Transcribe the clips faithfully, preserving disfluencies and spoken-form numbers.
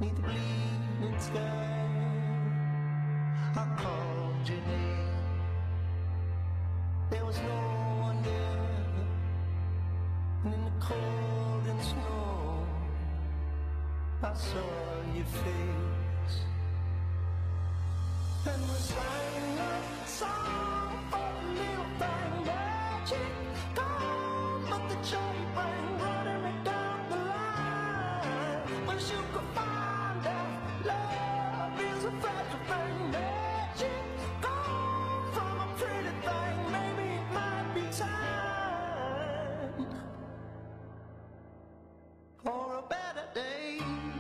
'neath the bleeding sky. I called your name. There was no one there, and in the cold and snow I saw your face. And we sang a song for a little thing, magic gone, but the joy bring running me down the line. Wish you could find out love is a fragile thing, magic gone from a pretty thing. Maybe it might be time for a better day.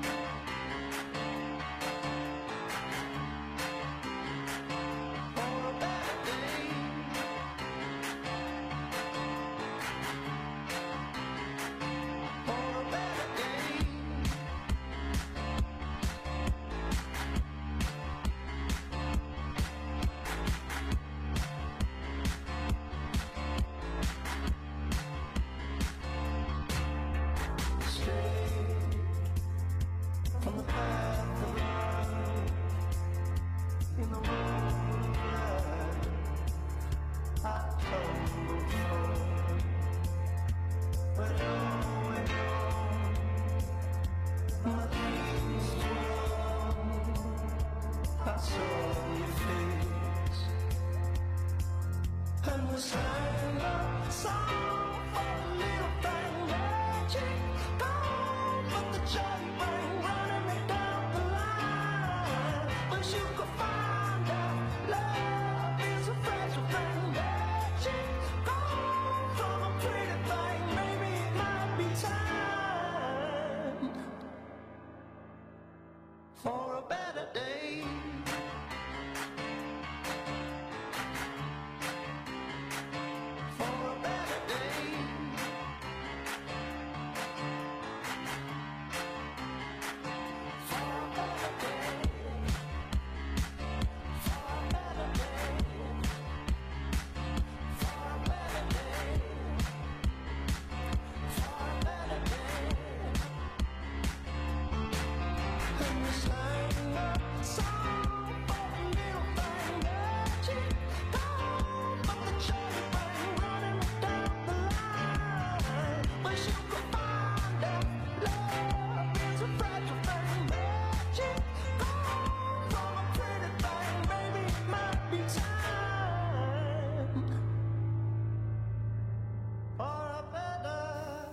From the path of life, in the road of life, I tumbled from. But oh, went on, my dreams were wrong. I saw your face, and we sang a song for a little thing, magic gone, but the joy bring running me down the line. Wish you could find out love is a fragile thing, magic gone from a pretty thing. Maybe it might be time for a better day. For a better day. For a better day. For a better day. For a better day. For a better day. And we sang a song for a little thing, magic gone, but the joy bring running me down the line. Wish you could find out love is a fragile thing, magic gone from a pretty thing. Maybe it might be time for a better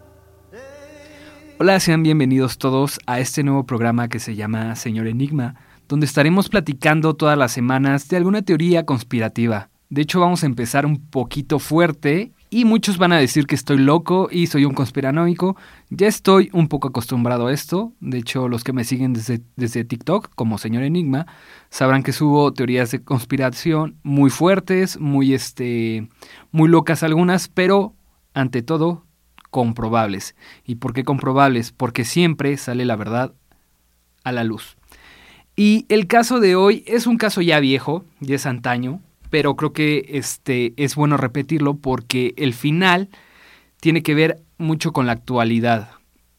day. Hola, sean bienvenidos todos a este nuevo programa que se llama Señor Enigma, donde estaremos platicando todas las semanas de alguna teoría conspirativa. De hecho, vamos a empezar un poquito fuerte y muchos van a decir que estoy loco y soy un conspiranoico. Ya estoy un poco acostumbrado a esto. De hecho, los que me siguen desde, desde TikTok como Señor Enigma sabrán que subo teorías de conspiración muy fuertes, muy, este, muy locas algunas, pero ante todo comprobables. ¿Y por qué comprobables? Porque siempre sale la verdad a la luz. Y el caso de hoy es un caso ya viejo, ya es antaño, pero creo que este, es bueno repetirlo porque el final tiene que ver mucho con la actualidad.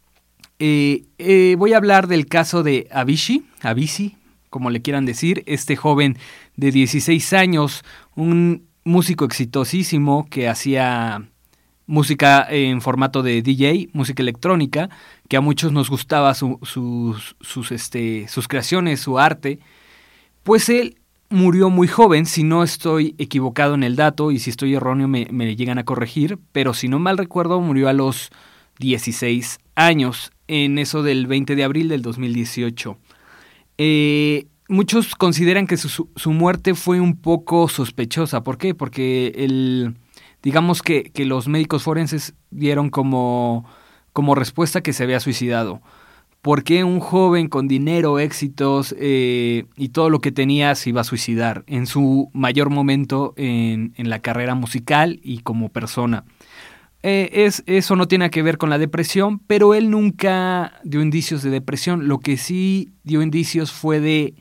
Eh, eh, voy a hablar del caso de Avicii, Avicii, como le quieran decir, este joven de dieciséis años, un músico exitosísimo que hacía música en formato de D J, música electrónica, que a muchos nos gustaba su, sus, sus, este, sus creaciones, su arte. Pues él murió muy joven, si no estoy equivocado en el dato, y si estoy erróneo me, me llegan a corregir, pero si no mal recuerdo murió a los dieciséis años, en eso del veinte de abril del dos mil dieciocho. Eh, muchos consideran que su, su muerte fue un poco sospechosa. ¿Por qué? Porque el... Digamos que, que los médicos forenses dieron como, como respuesta que se había suicidado. ¿Por qué un joven con dinero, éxitos eh, y todo lo que tenía se iba a suicidar en su mayor momento en, en la carrera musical y como persona? Eh, es, eso no tiene que ver con la depresión, pero él nunca dio indicios de depresión. Lo que sí dio indicios fue de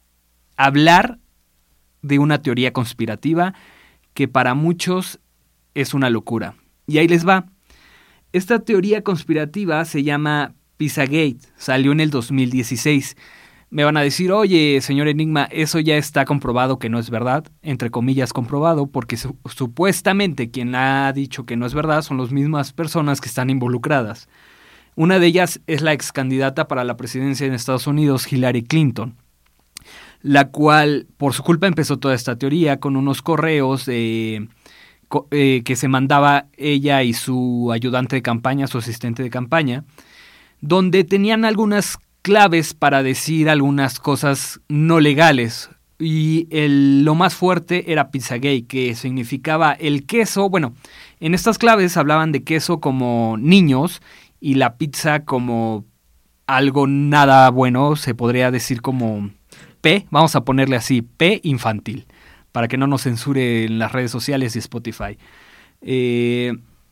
hablar de una teoría conspirativa que para muchos es una locura. Y ahí les va. Esta teoría conspirativa se llama Pizzagate salió en el dos mil dieciséis. Me van a decir, oye, señor Enigma, eso ya está comprobado que no es verdad, entre comillas comprobado, porque su- supuestamente quien ha dicho que no es verdad son las mismas personas que están involucradas. Una de ellas es la ex candidata para la presidencia en Estados Unidos, Hillary Clinton, la cual por su culpa empezó toda esta teoría con unos correos de, co- eh, que se mandaba ella y su ayudante de campaña, su asistente de campaña, donde tenían algunas claves para decir algunas cosas no legales. Y el, lo más fuerte era Pizzagate, que significaba el queso. Bueno, en estas claves hablaban de queso como niños y la pizza como algo nada bueno, se podría decir como P, vamos a ponerle así, P infantil, para que no nos censure en las redes sociales y Spotify. Eh,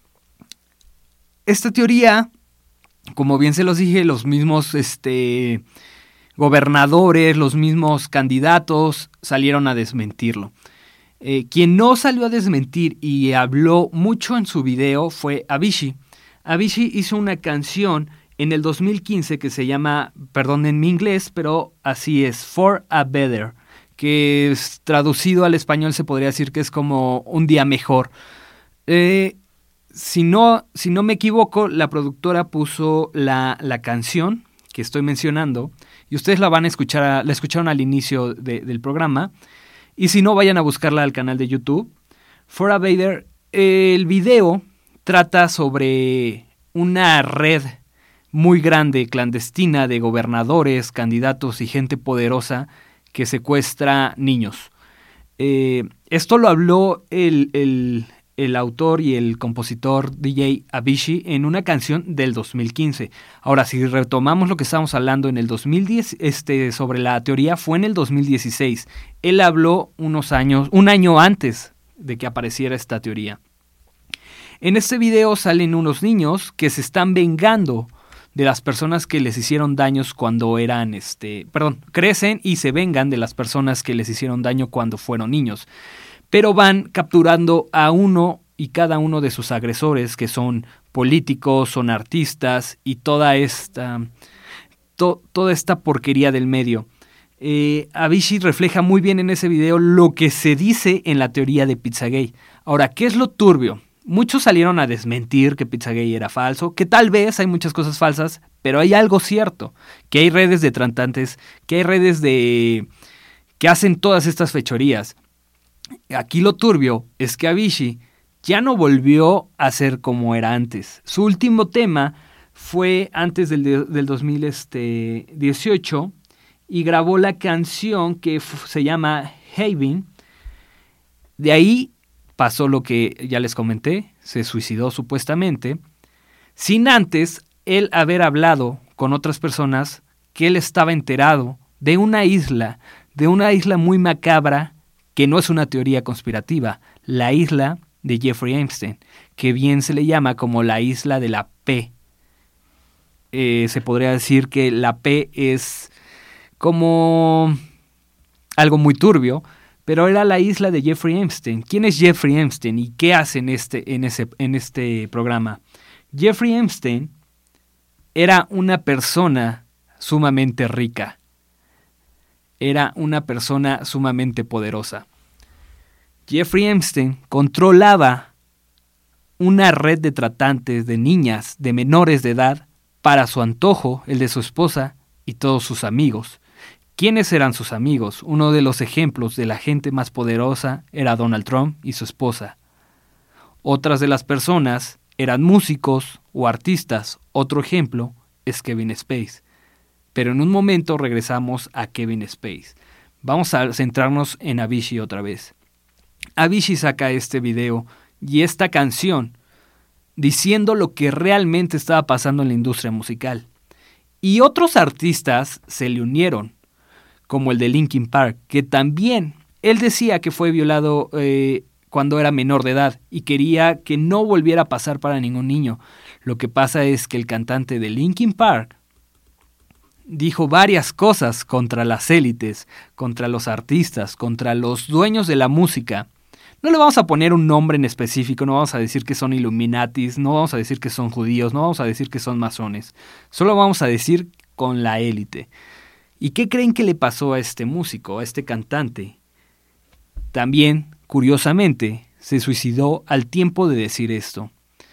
esta teoría, como bien se los dije, los mismos este, gobernadores, los mismos candidatos salieron a desmentirlo. Eh, quien no salió a desmentir y habló mucho en su video fue Avicii. Avicii hizo una canción en el dos mil quince que se llama, perdonen mi inglés, pero así es, For a Better, que es, traducido al español se podría decir que es como un día mejor. Eh, Si no, si no me equivoco, la productora puso la, la canción que estoy mencionando y ustedes la van a escuchar, la escucharon al inicio de, del programa. Y si no, vayan a buscarla al canal de YouTube. For a Vader, el video trata sobre una red muy grande, clandestina, de gobernadores, candidatos y gente poderosa que secuestra niños. Eh, esto lo habló el... el el autor y el compositor D J Avicii en una canción del dos mil quince. Ahora, si retomamos lo que estábamos hablando en el dos mil diez, este, sobre la teoría, fue en el dos mil dieciséis. Él habló unos años, un año antes de que apareciera esta teoría. En este video salen unos niños que se están vengando de las personas que les hicieron daños cuando eran, este, perdón, crecen y se vengan de las personas que les hicieron daño cuando fueron niños. Pero van capturando a uno y cada uno de sus agresores, que son políticos, son artistas y toda esta, to, toda esta porquería del medio. Eh, Avicii refleja muy bien en ese video lo que se dice en la teoría de Pizzagate. Ahora, ¿qué es lo turbio? Muchos salieron a desmentir que Pizzagate era falso, que tal vez hay muchas cosas falsas, pero hay algo cierto, que hay redes de tratantes, que hay redes de que hacen todas estas fechorías. Aquí lo turbio es que Avicii ya no volvió a ser como era antes. Su último tema fue antes del, de, del dos mil dieciocho y grabó la canción que f- se llama Haven. De ahí pasó lo que ya les comenté, se suicidó supuestamente, sin antes él haber hablado con otras personas que él estaba enterado de una isla, de una isla muy macabra, que no es una teoría conspirativa, la isla de Jeffrey Epstein, que bien se le llama como la isla de la P. Eh, se podría decir que la P es como algo muy turbio, pero era la isla de Jeffrey Epstein. ¿Quién es Jeffrey Epstein y qué hace en este, en ese, en este programa? Jeffrey Epstein era una persona sumamente rica. Era una persona sumamente poderosa. Jeffrey Epstein controlaba una red de tratantes de niñas, de menores de edad, para su antojo, el de su esposa y todos sus amigos. ¿Quiénes eran sus amigos? Uno de los ejemplos de la gente más poderosa era Donald Trump y su esposa. Otras de las personas eran músicos o artistas. Otro ejemplo es Kevin Spacey. Pero en un momento regresamos a Kevin Spacey. Vamos a centrarnos en Avicii otra vez. Avicii saca este video y esta canción diciendo lo que realmente estaba pasando en la industria musical. Y otros artistas se le unieron, como el de Linkin Park, que también él decía que fue violado eh, cuando era menor de edad y quería que no volviera a pasar para ningún niño. Lo que pasa es que el cantante de Linkin Park dijo varias cosas contra las élites, contra los artistas, contra los dueños de la música, No le vamos a poner un nombre en específico, no vamos a decir que son Illuminatis, no vamos a decir que son judíos, no vamos a decir que son masones. Solo vamos a decir con la élite. ¿Y qué creen que le pasó a este músico, a este cantante? También, curiosamente, se suicidó al tiempo de decir esto.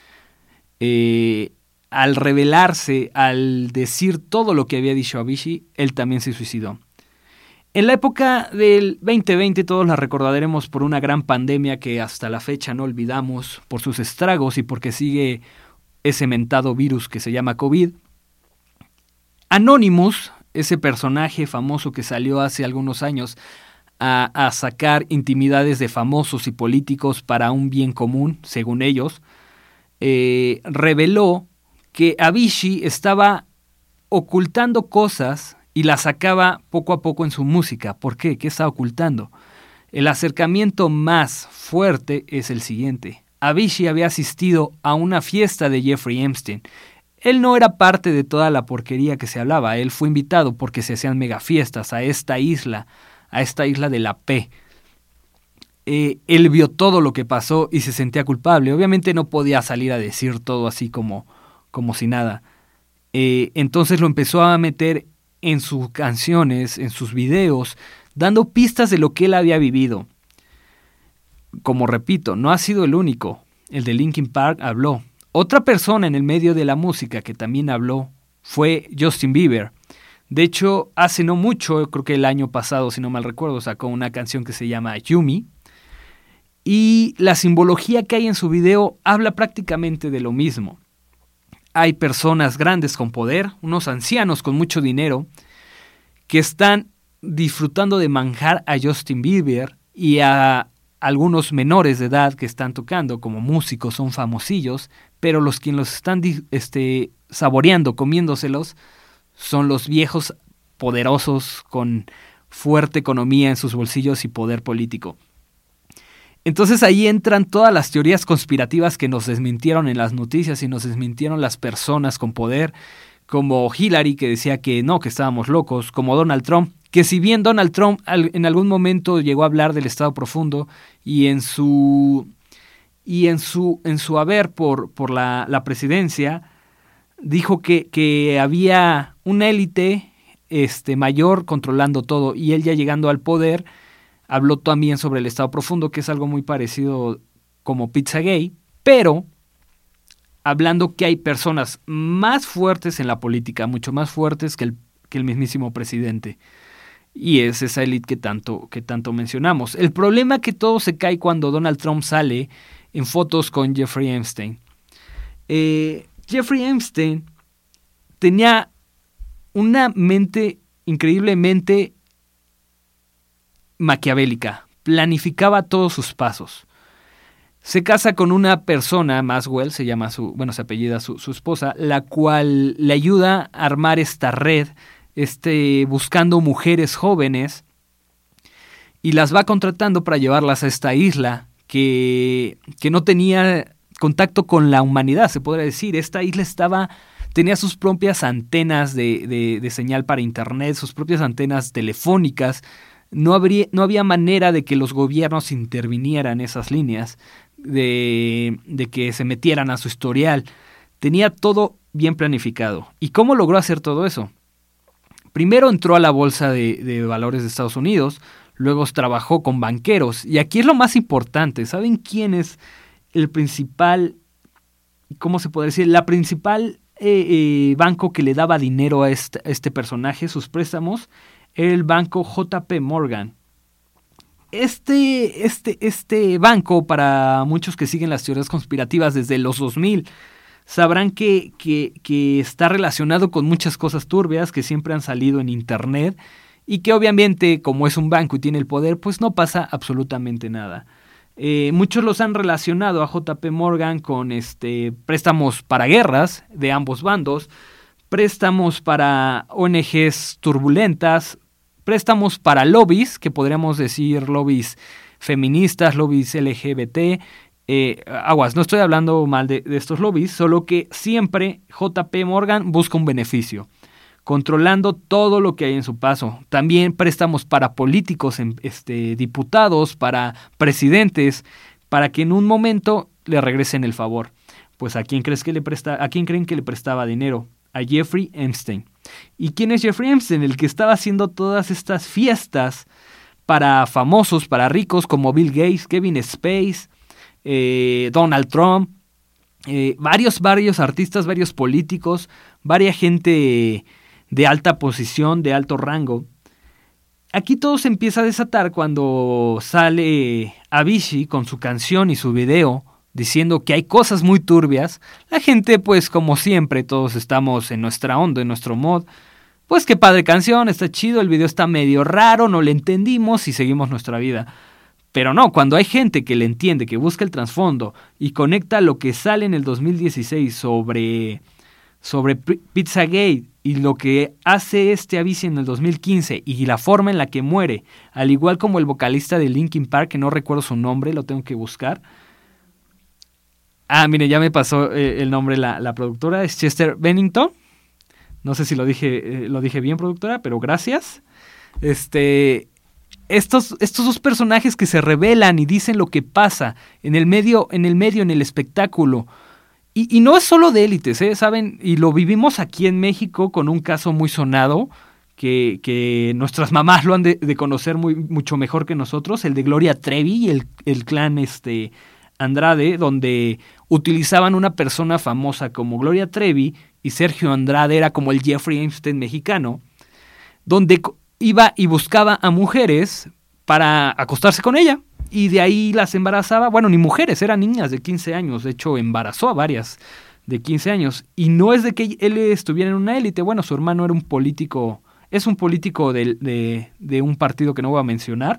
Eh, al revelarse, al decir todo lo que había dicho Avicii, él también se suicidó. En la época del veinte veinte todos la recordaremos por una gran pandemia que hasta la fecha no olvidamos, por sus estragos y porque sigue ese mentado virus que se llama COVID. Anonymous, ese personaje famoso que salió hace algunos años a, a sacar intimidades de famosos y políticos para un bien común, según ellos, eh, reveló que Avicii estaba ocultando cosas y las sacaba poco a poco en su música. ¿Por qué? ¿Qué está ocultando? El acercamiento más fuerte es el siguiente. Avicii había asistido a una fiesta de Jeffrey Epstein. Él no era parte de toda la porquería que se hablaba. Él fue invitado porque se hacían megafiestas a esta isla, a esta isla de la P. Eh, él vio todo lo que pasó y se sentía culpable. Obviamente no podía salir a decir todo así como, como si nada. Eh, entonces lo empezó a meter en sus canciones, en sus videos, dando pistas de lo que él había vivido. Como repito, no ha sido el único. El de Linkin Park habló. Otra persona en el medio de la música que también habló fue Justin Bieber. De hecho, hace no mucho, creo que el año pasado, si no mal recuerdo, sacó una canción que se llama Yumi. Y la simbología que hay en su video habla prácticamente de lo mismo. Hay personas grandes con poder, unos ancianos con mucho dinero, que están disfrutando de manjar a Justin Bieber y a algunos menores de edad que están tocando, como músicos, son famosillos, pero los quienes los están este, saboreando, comiéndoselos, son los viejos poderosos con fuerte economía en sus bolsillos y poder político. Entonces ahí entran todas las teorías conspirativas que nos desmintieron en las noticias y nos desmintieron las personas con poder, como Hillary, que decía que no, que estábamos locos, como Donald Trump, que si bien Donald Trump en algún momento llegó a hablar del Estado profundo y en su y en su en su haber por, por la, la presidencia, dijo que, que había una élite este, mayor controlando todo, y él ya llegando al poder habló también sobre el Estado profundo, que es algo muy parecido como Pizzagate, pero hablando que hay personas más fuertes en la política, mucho más fuertes que el, que el mismísimo presidente. Y es esa élite que tanto, que tanto mencionamos. El problema es que todo se cae cuando Donald Trump sale en fotos con Jeffrey Epstein. Eh, Jeffrey Epstein tenía una mente increíblemente maquiavélica, planificaba todos sus pasos. Se casa con una persona, Maxwell, se llama su, bueno, se apellida su, su esposa, la cual le ayuda a armar esta red, este, buscando mujeres jóvenes, y las va contratando para llevarlas a esta isla que, que no tenía contacto con la humanidad, se podría decir. Esta isla estaba, tenía sus propias antenas de, de, de señal para internet, sus propias antenas telefónicas. No, habría, no había manera de que los gobiernos intervinieran en esas líneas, de, de que se metieran a su historial. Tenía todo bien planificado. ¿Y cómo logró hacer todo eso? Primero entró a la bolsa de, de valores de Estados Unidos, luego trabajó con banqueros, y aquí es lo más importante. ¿Saben quién es el principal, cómo se puede decir, la principal eh, eh, banco que le daba dinero a este, a este personaje, sus préstamos? El banco J P Morgan. Este, este, este banco, para muchos que siguen las teorías conspirativas desde los dos mil, sabrán que, que, que está relacionado con muchas cosas turbias que siempre han salido en internet, y que obviamente, como es un banco y tiene el poder, pues no pasa absolutamente nada. Eh, muchos los han relacionado a J P Morgan con este, préstamos para guerras de ambos bandos, préstamos para O N Ges turbulentas, préstamos para lobbies, que podríamos decir lobbies feministas, lobbies L G B T. Eh, aguas, no estoy hablando mal de, de estos lobbies, solo que siempre J P Morgan busca un beneficio. controlando todo lo que hay en su paso. También préstamos para políticos, este, diputados, para presidentes, para que en un momento le regresen el favor. Pues ¿a quién crees que le presta, a quién creen que le prestaba dinero? A Jeffrey Epstein. ¿Y quién es Jeffrey Epstein? El que estaba haciendo todas estas fiestas para famosos, para ricos como Bill Gates, Kevin Spacey, eh, Donald Trump, eh, varios, varios artistas, varios políticos, varias gente de alta posición, de alto rango. Aquí todo se empieza a desatar cuando sale Avicii con su canción y su video diciendo que hay cosas muy turbias. La gente, pues como siempre, todos estamos en nuestra onda, en nuestro mod. Pues qué padre canción, está chido, el video está medio raro, no le entendimos y seguimos nuestra vida. Pero no, cuando hay gente que le entiende, que busca el trasfondo y conecta lo que sale en el dos mil dieciséis sobre, sobre Pizzagate y lo que hace este Avicii en el dos mil quince y la forma en la que muere, al igual como el vocalista de Linkin Park, que no recuerdo su nombre, lo tengo que buscar. Ah, mire, ya me pasó eh, el nombre la, la productora, es Chester Bennington. No sé si lo dije, eh, lo dije bien, productora, pero gracias. Este, estos, estos dos personajes que se revelan y dicen lo que pasa en el medio, en el medio, en el espectáculo. Y, y no es solo de élites, ¿eh? ¿Saben? Y lo vivimos aquí en México con un caso muy sonado, que, que nuestras mamás lo han de, de conocer muy, mucho mejor que nosotros, el de Gloria Trevi y el, el clan este, Andrade, donde utilizaban una persona famosa como Gloria Trevi y Sergio Andrade era como el Jeffrey Epstein mexicano, donde iba y buscaba a mujeres para acostarse con ella. Y de ahí las embarazaba, bueno, ni mujeres, eran niñas de quince años, de hecho embarazó a varias de quince años. Y no es de que él estuviera en una élite, bueno, su hermano era un político, es un político de, de, de un partido que no voy a mencionar,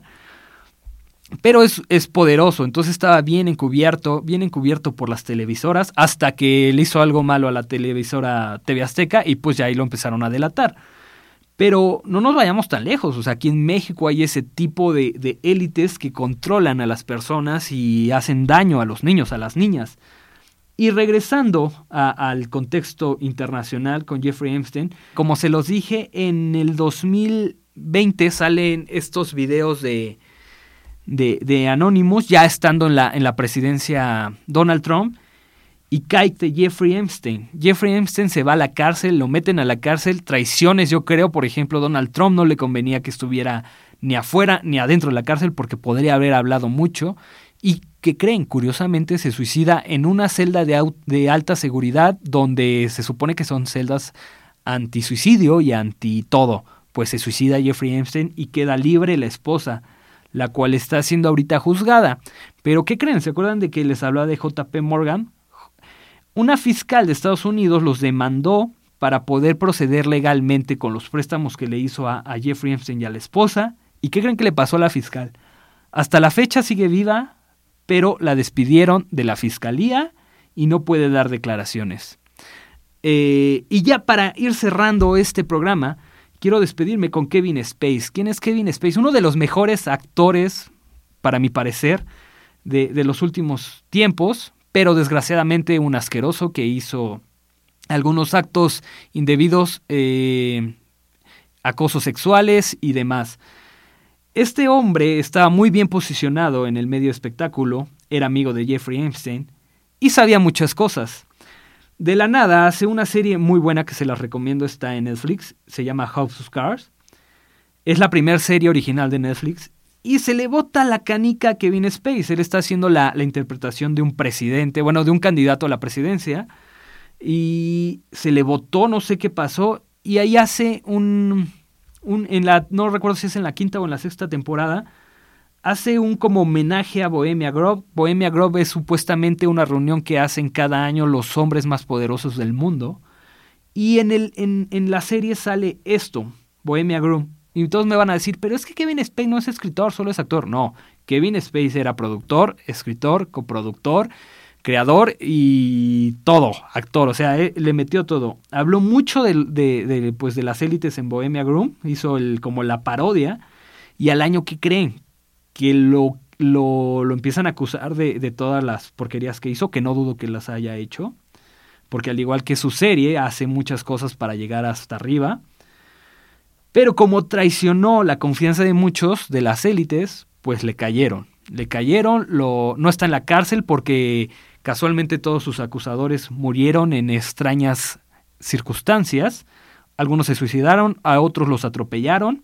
pero es, es poderoso, entonces estaba bien encubierto, bien encubierto por las televisoras, hasta que le hizo algo malo a la televisora T V Azteca y pues ya ahí lo empezaron a delatar. Pero no nos vayamos tan lejos, o sea, aquí en México hay ese tipo de, de élites que controlan a las personas y hacen daño a los niños, a las niñas. Y regresando a, al contexto internacional con Jeffrey Epstein, como se los dije, en el dos mil veinte salen estos videos de, de, de Anonymous, ya estando en la, en la presidencia Donald Trump, y cae de Jeffrey Epstein. Jeffrey Epstein se va a la cárcel, lo meten a la cárcel, traiciones, yo creo, por ejemplo, Donald Trump no le convenía que estuviera ni afuera ni adentro de la cárcel porque podría haber hablado mucho. Y que creen, curiosamente, se suicida en una celda de, au- de alta seguridad donde se supone que son celdas anti-suicidio y anti-todo. Pues se suicida Jeffrey Epstein y queda libre la esposa, la cual está siendo ahorita juzgada. Pero ¿qué creen? ¿Se acuerdan de que les hablaba de J P Morgan? Una fiscal de Estados Unidos los demandó para poder proceder legalmente con los préstamos que le hizo a, a Jeffrey Epstein y a la esposa. ¿Y qué creen que le pasó a la fiscal? Hasta la fecha sigue viva, pero la despidieron de la fiscalía y no puede dar declaraciones. Eh, y ya para ir cerrando este programa, quiero despedirme con Kevin Spacey. ¿Quién es Kevin Spacey? Uno de los mejores actores, para mi parecer, de, de los últimos tiempos, pero desgraciadamente un asqueroso que hizo algunos actos indebidos, eh, acosos sexuales y demás. Este hombre estaba muy bien posicionado en el medio espectáculo, era amigo de Jeffrey Epstein y sabía muchas cosas. De la nada hace una serie muy buena que se las recomiendo, está en Netflix, se llama House of Cards. Es la primera serie original de Netflix. Y se le bota la canica a Kevin Spacey. Él está haciendo la, la interpretación de un presidente, bueno, de un candidato a la presidencia. Y se le botó, no sé qué pasó. Y ahí hace un, un... en la no recuerdo si es en la quinta o en la sexta temporada. Hace un como homenaje a Bohemia Grove. Bohemia Grove es supuestamente una reunión que hacen cada año los hombres más poderosos del mundo. Y en, el, en, en la serie sale esto, Bohemia Grove. Y todos me van a decir, pero es que Kevin Spacey no es escritor, solo es actor. No, Kevin Spacey era productor, escritor, coproductor, creador y todo, actor. O sea, él le metió todo. Habló mucho de, de, de, pues de las élites en Bohemia Grove, hizo el, como la parodia. Y al año, ¿qué creen? Que lo, lo, lo empiezan a acusar de, de todas las porquerías que hizo, que no dudo que las haya hecho. Porque al igual que su serie, hace muchas cosas para llegar hasta arriba. Pero como traicionó la confianza de muchos de las élites, pues le cayeron. Le cayeron, lo, no está en la cárcel porque casualmente todos sus acusadores murieron en extrañas circunstancias. Algunos se suicidaron, a otros los atropellaron.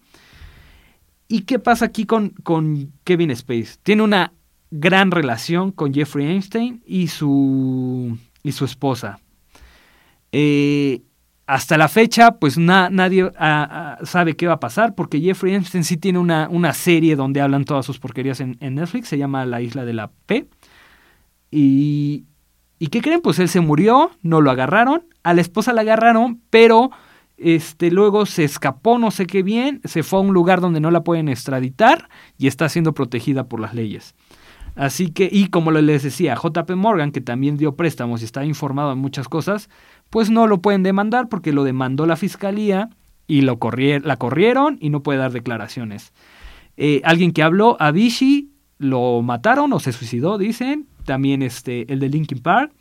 ¿Y qué pasa aquí con, con Kevin Spacey? Tiene una gran relación con Jeffrey Epstein y su, y su esposa. Eh, hasta la fecha, pues na, nadie a, a, sabe qué va a pasar, porque Jeffrey Epstein sí tiene una, una serie donde hablan todas sus porquerías en, en Netflix, se llama La Isla de la P. Y, ¿y qué creen? Pues él se murió, no lo agarraron, a la esposa la agarraron, pero este, luego se escapó, no sé qué bien, se fue a un lugar donde no la pueden extraditar y está siendo protegida por las leyes. Así que, y como les decía, J P Morgan, que también dio préstamos y está informado en muchas cosas, pues no lo pueden demandar porque lo demandó la fiscalía y lo corrier, la corrieron y no puede dar declaraciones. Eh, alguien que habló, Avicii, lo mataron o se suicidó, dicen. También este, el de Linkin Park.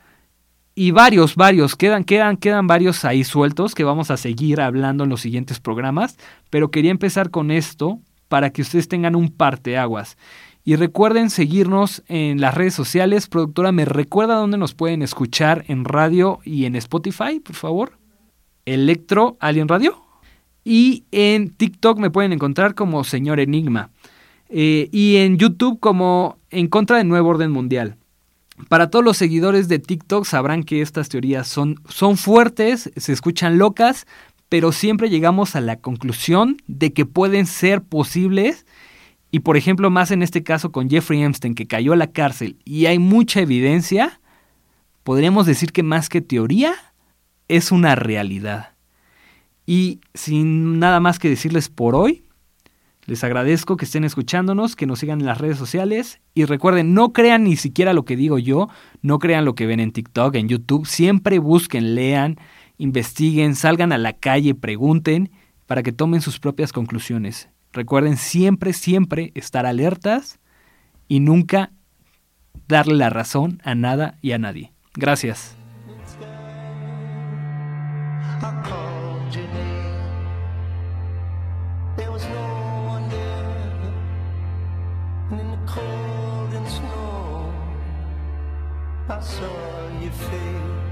Y varios, varios, quedan, quedan, quedan varios ahí sueltos que vamos a seguir hablando en los siguientes programas. Pero quería empezar con esto para que ustedes tengan un parteaguas. Y recuerden seguirnos en las redes sociales. Productora, ¿me recuerda dónde nos pueden escuchar en radio y en Spotify, por favor? Electro Alien Radio. Y en TikTok me pueden encontrar como Señor Enigma. Eh, y en YouTube como En Contra del Nuevo Orden Mundial. Para todos los seguidores de TikTok sabrán que estas teorías son, son fuertes, se escuchan locas, pero siempre llegamos a la conclusión de que pueden ser posibles. Y por ejemplo, más en este caso con Jeffrey Epstein, que cayó a la cárcel y hay mucha evidencia, podríamos decir que más que teoría, es una realidad. Y sin nada más que decirles por hoy, les agradezco que estén escuchándonos, que nos sigan en las redes sociales. Y recuerden, no crean ni siquiera lo que digo yo, no crean lo que ven en TikTok, en YouTube. Siempre busquen, lean, investiguen, salgan a la calle, pregunten, para que tomen sus propias conclusiones. Recuerden siempre, siempre estar alertas y nunca darle la razón a nada y a nadie. Gracias. I saw your face.